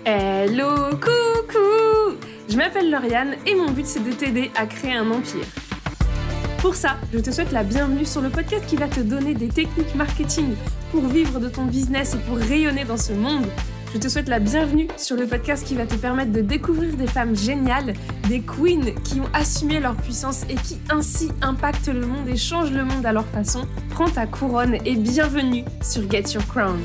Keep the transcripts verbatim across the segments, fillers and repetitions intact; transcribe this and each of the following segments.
Hello, coucou! Je m'appelle Lauriane et mon but c'est de t'aider à créer un empire. Pour ça, je te souhaite la bienvenue sur le podcast qui va te donner des techniques marketing pour vivre de ton business et pour rayonner dans ce monde. Je te souhaite la bienvenue sur le podcast qui va te permettre de découvrir des femmes géniales, des queens qui ont assumé leur puissance et qui ainsi impactent le monde et changent le monde à leur façon. Prends ta couronne et bienvenue sur Get Your Crown.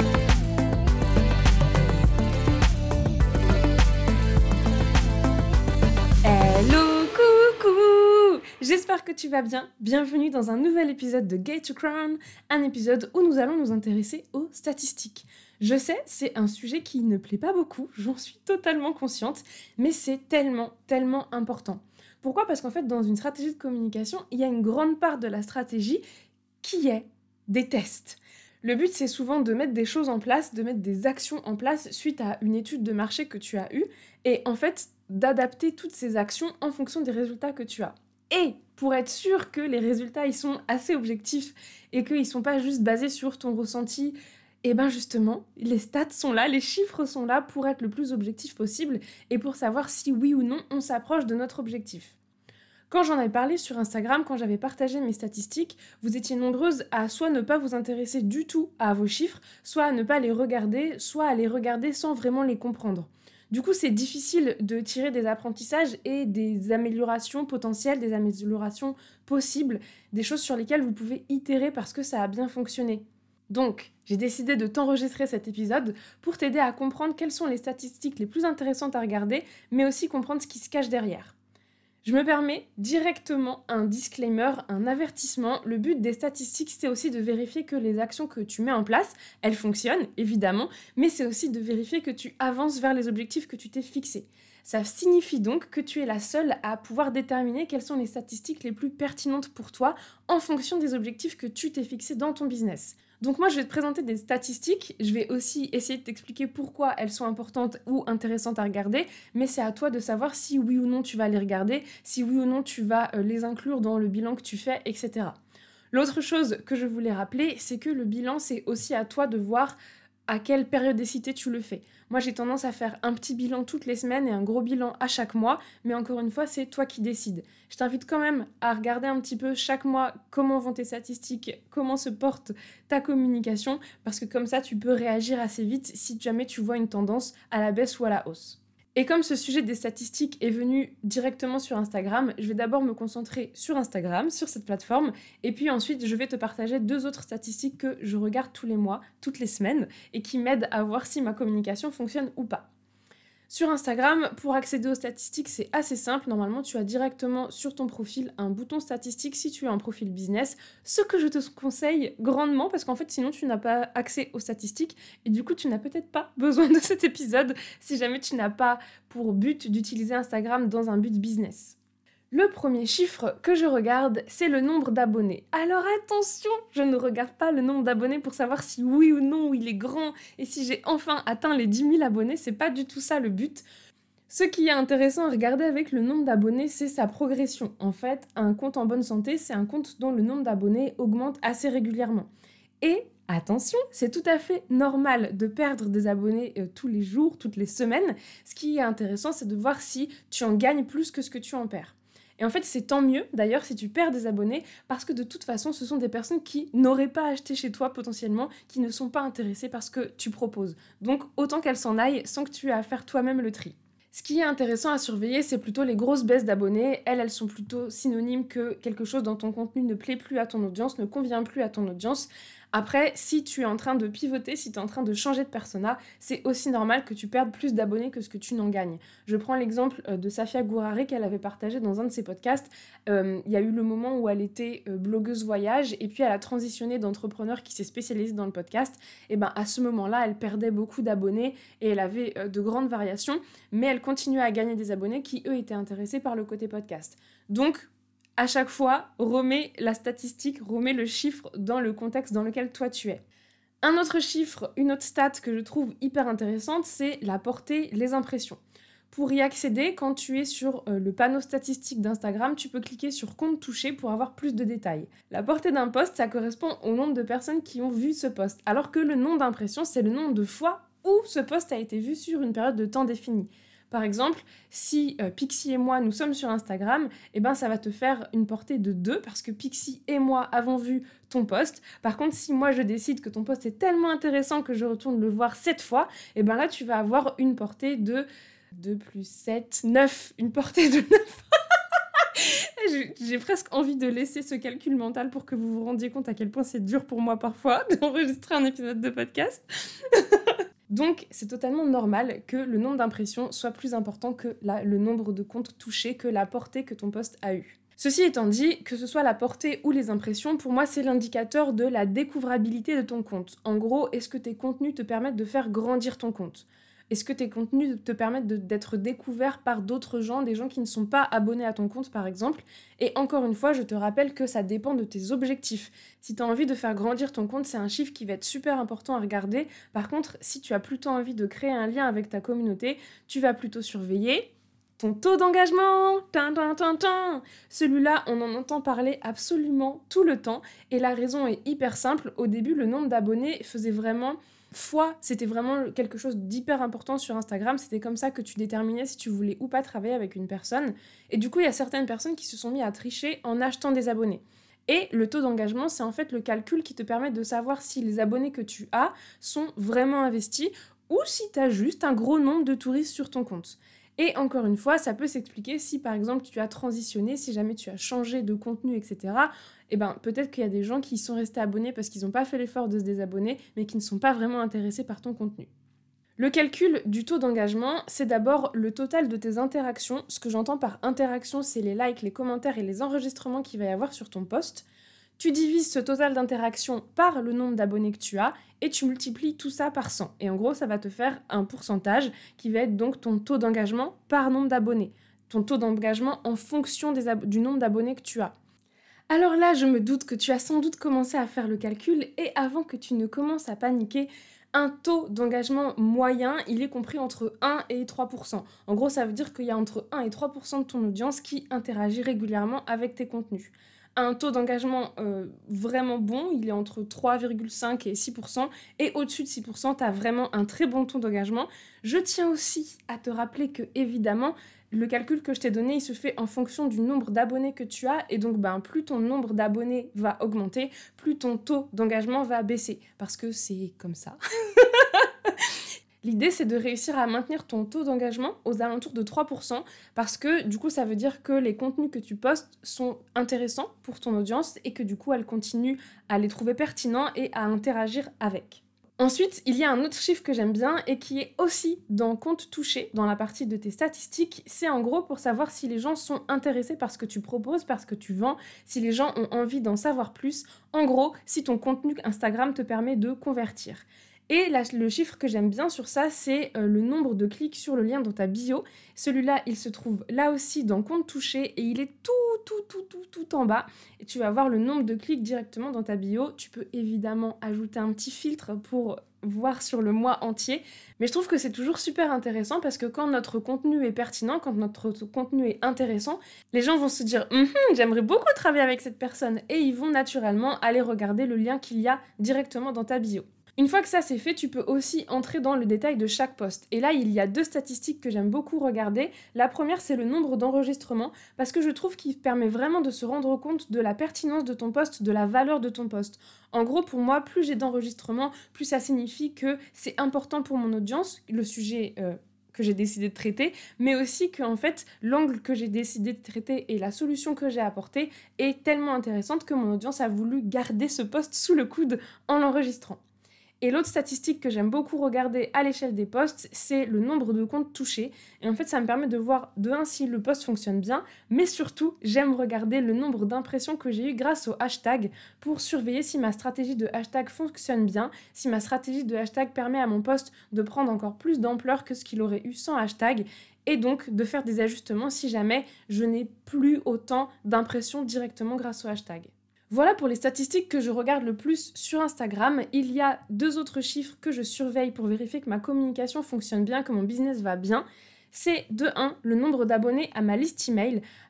Hello, coucou! J'espère que tu vas bien. Bienvenue dans un nouvel épisode de Get Your Crown, un épisode où nous allons nous intéresser aux statistiques. Je sais, c'est un sujet qui ne plaît pas beaucoup, j'en suis totalement consciente, mais c'est tellement, tellement important. Pourquoi ? Parce qu'en fait, dans une stratégie de communication, il y a une grande part de la stratégie qui est des tests. Le but, c'est souvent de mettre des choses en place, de mettre des actions en place suite à une étude de marché que tu as eue, et en fait, d'adapter toutes ces actions en fonction des résultats que tu as. Et pour être sûr que les résultats, ils sont assez objectifs et qu'ils ne sont pas juste basés sur ton ressenti, et bien justement, les stats sont là, les chiffres sont là pour être le plus objectif possible et pour savoir si oui ou non on s'approche de notre objectif. Quand j'en avais parlé sur Instagram, quand j'avais partagé mes statistiques, vous étiez nombreuses à soit ne pas vous intéresser du tout à vos chiffres, soit à ne pas les regarder, soit à les regarder sans vraiment les comprendre. Du coup, c'est difficile de tirer des apprentissages et des améliorations potentielles, des améliorations possibles, des choses sur lesquelles vous pouvez itérer parce que ça a bien fonctionné. Donc, j'ai décidé de t'enregistrer cet épisode pour t'aider à comprendre quelles sont les statistiques les plus intéressantes à regarder, mais aussi comprendre ce qui se cache derrière. Je me permets directement un disclaimer, un avertissement. Le but des statistiques, c'est aussi de vérifier que les actions que tu mets en place, elles fonctionnent, évidemment, mais c'est aussi de vérifier que tu avances vers les objectifs que tu t'es fixés. Ça signifie donc que tu es la seule à pouvoir déterminer quelles sont les statistiques les plus pertinentes pour toi en fonction des objectifs que tu t'es fixés dans ton business. Donc moi, je vais te présenter des statistiques, je vais aussi essayer de t'expliquer pourquoi elles sont importantes ou intéressantes à regarder, mais c'est à toi de savoir si oui ou non tu vas les regarder, si oui ou non tu vas les inclure dans le bilan que tu fais, et cetera. L'autre chose que je voulais rappeler, c'est que le bilan, c'est aussi à toi de voir à quelle périodicité tu le fais. Moi, j'ai tendance à faire un petit bilan toutes les semaines et un gros bilan à chaque mois, mais encore une fois, c'est toi qui décides. Je t'invite quand même à regarder un petit peu chaque mois comment vont tes statistiques, comment se porte ta communication, parce que comme ça, tu peux réagir assez vite si jamais tu vois une tendance à la baisse ou à la hausse. Et comme ce sujet des statistiques est venu directement sur Instagram, je vais d'abord me concentrer sur Instagram, sur cette plateforme, et puis ensuite je vais te partager deux autres statistiques que je regarde tous les mois, toutes les semaines, et qui m'aident à voir si ma communication fonctionne ou pas. Sur Instagram, pour accéder aux statistiques, c'est assez simple. Normalement, tu as directement sur ton profil un bouton statistique si tu es en profil business, ce que je te conseille grandement parce qu'en fait, sinon, tu n'as pas accès aux statistiques et du coup, tu n'as peut-être pas besoin de cet épisode si jamais tu n'as pas pour but d'utiliser Instagram dans un but business. Le premier chiffre que je regarde, c'est le nombre d'abonnés. Alors attention, je ne regarde pas le nombre d'abonnés pour savoir si oui ou non il est grand et si j'ai enfin atteint les dix mille abonnés, c'est pas du tout ça le but. Ce qui est intéressant à regarder avec le nombre d'abonnés, c'est sa progression. En fait, un compte en bonne santé, c'est un compte dont le nombre d'abonnés augmente assez régulièrement. Et attention, c'est tout à fait normal de perdre des abonnés euh, tous les jours, toutes les semaines. Ce qui est intéressant, c'est de voir si tu en gagnes plus que ce que tu en perds. Et en fait, c'est tant mieux, d'ailleurs, si tu perds des abonnés, parce que de toute façon, ce sont des personnes qui n'auraient pas acheté chez toi potentiellement, qui ne sont pas intéressées par ce que tu proposes. Donc, autant qu'elles s'en aillent sans que tu aies à faire toi-même le tri. Ce qui est intéressant à surveiller, c'est plutôt les grosses baisses d'abonnés. Elles, elles sont plutôt synonymes que quelque chose dans ton contenu ne plaît plus à ton audience, ne convient plus à ton audience. Après, si tu es en train de pivoter, si tu es en train de changer de persona, c'est aussi normal que tu perdes plus d'abonnés que ce que tu n'en gagnes. Je prends l'exemple de Safia Gourari qu'elle avait partagé dans un de ses podcasts. Euh, il y a eu le moment où elle était blogueuse voyage et puis elle a transitionné d'entrepreneur qui s'est spécialisé dans le podcast. Et ben à ce moment-là, elle perdait beaucoup d'abonnés et elle avait de grandes variations, mais elle continuait à gagner des abonnés qui, eux, étaient intéressés par le côté podcast. Donc, à chaque fois, remets la statistique, remets le chiffre dans le contexte dans lequel toi tu es. Un autre chiffre, une autre stat que je trouve hyper intéressante, c'est la portée, les impressions. Pour y accéder, quand tu es sur euh, le panneau statistique d'Instagram, tu peux cliquer sur compte touché pour avoir plus de détails. La portée d'un post, ça correspond au nombre de personnes qui ont vu ce post, alors que le nombre d'impressions, c'est le nombre de fois ou ce post a été vu sur une période de temps définie. Par exemple, si euh, Pixie et moi, nous sommes sur Instagram, eh ben, ça va te faire une portée de deux parce que Pixie et moi avons vu ton post. Par contre, si moi, je décide que ton post est tellement intéressant que je retourne le voir sept fois, eh ben là, tu vas avoir une portée de deux plus sept, neuf. Une portée de neuf. J'ai, j'ai presque envie de laisser ce calcul mental pour que vous vous rendiez compte à quel point c'est dur pour moi parfois d'enregistrer un épisode de podcast. Donc, c'est totalement normal que le nombre d'impressions soit plus important que la, le nombre de comptes touchés, que la portée que ton post a eu. Ceci étant dit, que ce soit la portée ou les impressions, pour moi, c'est l'indicateur de la découvrabilité de ton compte. En gros, est-ce que tes contenus te permettent de faire grandir ton compte ? Est-ce que tes contenus te permettent de, d'être découverts par d'autres gens, des gens qui ne sont pas abonnés à ton compte par exemple ? Et encore une fois, je te rappelle que ça dépend de tes objectifs. Si tu as envie de faire grandir ton compte, c'est un chiffre qui va être super important à regarder. Par contre, si tu as plutôt envie de créer un lien avec ta communauté, tu vas plutôt surveiller ton taux d'engagement. Tin, tin, tin, tin. Celui-là, on en entend parler absolument tout le temps. Et la raison est hyper simple. Au début, le nombre d'abonnés faisait vraiment... fois, c'était vraiment quelque chose d'hyper important sur Instagram, c'était comme ça que tu déterminais si tu voulais ou pas travailler avec une personne, et du coup il y a certaines personnes qui se sont mis à tricher en achetant des abonnés. Et le taux d'engagement, c'est en fait le calcul qui te permet de savoir si les abonnés que tu as sont vraiment investis, ou si tu as juste un gros nombre de touristes sur ton compte. Et encore une fois, ça peut s'expliquer si par exemple tu as transitionné, si jamais tu as changé de contenu, et cetera. Eh ben, peut-être qu'il y a des gens qui sont restés abonnés parce qu'ils n'ont pas fait l'effort de se désabonner, mais qui ne sont pas vraiment intéressés par ton contenu. Le calcul du taux d'engagement, c'est d'abord le total de tes interactions. Ce que j'entends par interaction, c'est les likes, les commentaires et les enregistrements qu'il va y avoir sur ton post. Tu divises ce total d'interactions par le nombre d'abonnés que tu as et tu multiplies tout ça par cent. Et en gros, ça va te faire un pourcentage qui va être donc ton taux d'engagement par nombre d'abonnés. Ton taux d'engagement en fonction des ab- du nombre d'abonnés que tu as. Alors là, je me doute que tu as sans doute commencé à faire le calcul et avant que tu ne commences à paniquer, un taux d'engagement moyen, il est compris entre un et trois pour cent. En gros, ça veut dire qu'il y a entre un et trois pour cent de ton audience qui interagit régulièrement avec tes contenus. Un taux d'engagement euh, vraiment bon, il est entre trois virgule cinq et six pour cent, et au-dessus de six pour cent, tu as vraiment un très bon taux d'engagement. Je tiens aussi à te rappeler que, évidemment, le calcul que je t'ai donné, il se fait en fonction du nombre d'abonnés que tu as, et donc ben, plus ton nombre d'abonnés va augmenter, plus ton taux d'engagement va baisser, parce que c'est comme ça. L'idée, c'est de réussir à maintenir ton taux d'engagement aux alentours de trois pour cent parce que du coup, ça veut dire que les contenus que tu postes sont intéressants pour ton audience et que du coup, elle continue à les trouver pertinents et à interagir avec. Ensuite, il y a un autre chiffre que j'aime bien et qui est aussi dans compte touché, dans la partie de tes statistiques. C'est en gros pour savoir si les gens sont intéressés par ce que tu proposes, par ce que tu vends, si les gens ont envie d'en savoir plus. En gros, si ton contenu Instagram te permet de convertir. Et là, le chiffre que j'aime bien sur ça, c'est euh, le nombre de clics sur le lien dans ta bio. Celui-là, il se trouve là aussi dans compte touché et il est tout, tout, tout, tout, tout en bas. Et tu vas voir le nombre de clics directement dans ta bio. Tu peux évidemment ajouter un petit filtre pour voir sur le mois entier. Mais je trouve que c'est toujours super intéressant parce que quand notre contenu est pertinent, quand notre contenu est intéressant, les gens vont se dire hm, « j'aimerais beaucoup travailler avec cette personne » et ils vont naturellement aller regarder le lien qu'il y a directement dans ta bio. Une fois que ça c'est fait, tu peux aussi entrer dans le détail de chaque post. Et là, il y a deux statistiques que j'aime beaucoup regarder. La première, c'est le nombre d'enregistrements, parce que je trouve qu'il permet vraiment de se rendre compte de la pertinence de ton post, de la valeur de ton post. En gros, pour moi, plus j'ai d'enregistrements, plus ça signifie que c'est important pour mon audience, le sujet... Euh, que j'ai décidé de traiter, mais aussi que en fait, l'angle que j'ai décidé de traiter et la solution que j'ai apportée est tellement intéressante que mon audience a voulu garder ce post sous le coude en l'enregistrant. Et l'autre statistique que j'aime beaucoup regarder à l'échelle des posts, c'est le nombre de comptes touchés. Et en fait, ça me permet de voir de un si le post fonctionne bien, mais surtout, j'aime regarder le nombre d'impressions que j'ai eues grâce au hashtag pour surveiller si ma stratégie de hashtag fonctionne bien, si ma stratégie de hashtag permet à mon post de prendre encore plus d'ampleur que ce qu'il aurait eu sans hashtag, et donc de faire des ajustements si jamais je n'ai plus autant d'impressions directement grâce au hashtag. Voilà pour les statistiques que je regarde le plus sur Instagram. Il y a deux autres chiffres que je surveille pour vérifier que ma communication fonctionne bien, que mon business va bien. C'est de un, le nombre d'abonnés à ma liste email.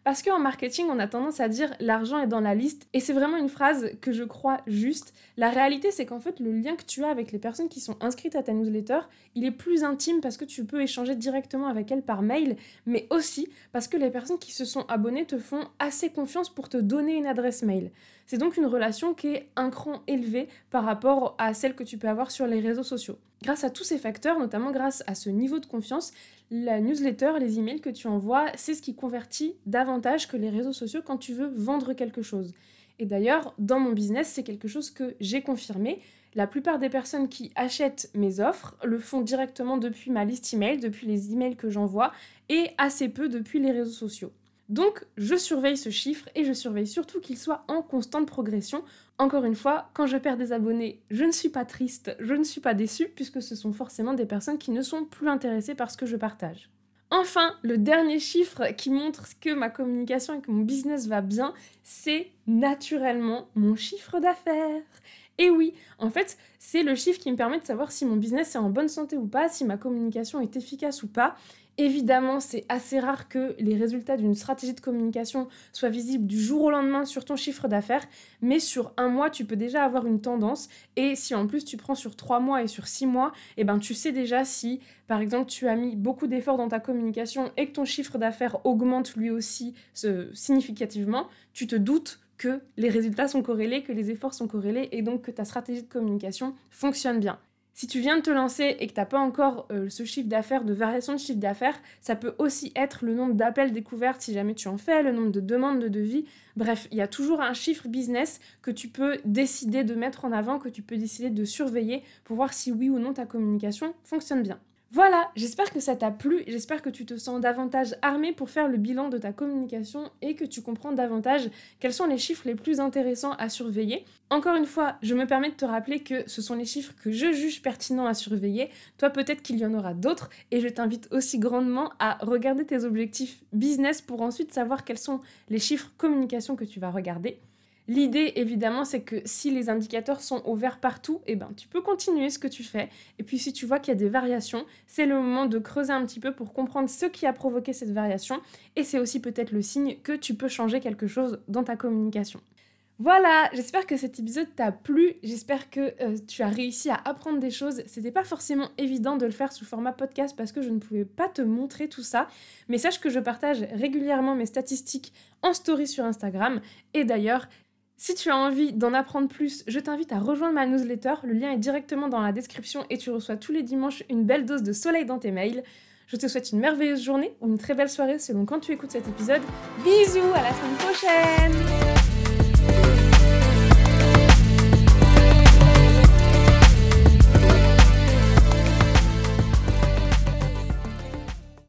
Parce qu'en marketing, on a tendance à dire l'argent est dans la liste, et c'est vraiment une phrase que je crois juste. La réalité, c'est qu'en fait, le lien que tu as avec les personnes qui sont inscrites à ta newsletter, il est plus intime parce que tu peux échanger directement avec elles par mail, mais aussi parce que les personnes qui se sont abonnées te font assez confiance pour te donner une adresse mail. C'est donc une relation qui est un cran élevé par rapport à celle que tu peux avoir sur les réseaux sociaux. Grâce à tous ces facteurs, notamment grâce à ce niveau de confiance, la newsletter, les emails que tu envoies, c'est ce qui convertit davantage que les réseaux sociaux quand tu veux vendre quelque chose. Et d'ailleurs, dans mon business, c'est quelque chose que j'ai confirmé. La plupart des personnes qui achètent mes offres le font directement depuis ma liste email, depuis les emails que j'envoie, et assez peu depuis les réseaux sociaux. Donc, je surveille ce chiffre et je surveille surtout qu'il soit en constante progression. Encore une fois, quand je perds des abonnés, je ne suis pas triste, je ne suis pas déçue, puisque ce sont forcément des personnes qui ne sont plus intéressées par ce que je partage. Enfin, le dernier chiffre qui montre que ma communication et que mon business va bien, c'est naturellement mon chiffre d'affaires. Et oui, en fait, c'est le chiffre qui me permet de savoir si mon business est en bonne santé ou pas, si ma communication est efficace ou pas. Évidemment, c'est assez rare que les résultats d'une stratégie de communication soient visibles du jour au lendemain sur ton chiffre d'affaires, mais sur un mois, tu peux déjà avoir une tendance, et si en plus tu prends sur trois mois et sur six mois, eh ben, tu sais déjà si, par exemple, tu as mis beaucoup d'efforts dans ta communication et que ton chiffre d'affaires augmente lui aussi ce, significativement, tu te doutes que les résultats sont corrélés, que les efforts sont corrélés, et donc que ta stratégie de communication fonctionne bien. Si tu viens de te lancer et que tu n'as pas encore euh, ce chiffre d'affaires, de variation de chiffre d'affaires, ça peut aussi être le nombre d'appels découverts si jamais tu en fais, le nombre de demandes de devis. Bref, il y a toujours un chiffre business que tu peux décider de mettre en avant, que tu peux décider de surveiller pour voir si oui ou non ta communication fonctionne bien. Voilà, j'espère que ça t'a plu, j'espère que tu te sens davantage armé pour faire le bilan de ta communication et que tu comprends davantage quels sont les chiffres les plus intéressants à surveiller. Encore une fois, je me permets de te rappeler que ce sont les chiffres que je juge pertinents à surveiller. Toi, peut-être qu'il y en aura d'autres, et je t'invite aussi grandement à regarder tes objectifs business pour ensuite savoir quels sont les chiffres communication que tu vas regarder. L'idée, évidemment, c'est que si les indicateurs sont au vert partout, eh ben, tu peux continuer ce que tu fais. Et puis, si tu vois qu'il y a des variations, c'est le moment de creuser un petit peu pour comprendre ce qui a provoqué cette variation. Et c'est aussi peut-être le signe que tu peux changer quelque chose dans ta communication. Voilà, j'espère que cet épisode t'a plu, j'espère que euh, tu as réussi à apprendre des choses. C'était pas forcément évident de le faire sous format podcast parce que je ne pouvais pas te montrer tout ça, mais sache que je partage régulièrement mes statistiques en story sur Instagram, et d'ailleurs, si tu as envie d'en apprendre plus, je t'invite à rejoindre ma newsletter, le lien est directement dans la description et tu reçois tous les dimanches une belle dose de soleil dans tes mails. Je te souhaite une merveilleuse journée ou une très belle soirée selon quand tu écoutes cet épisode. Bisous, à la semaine prochaine!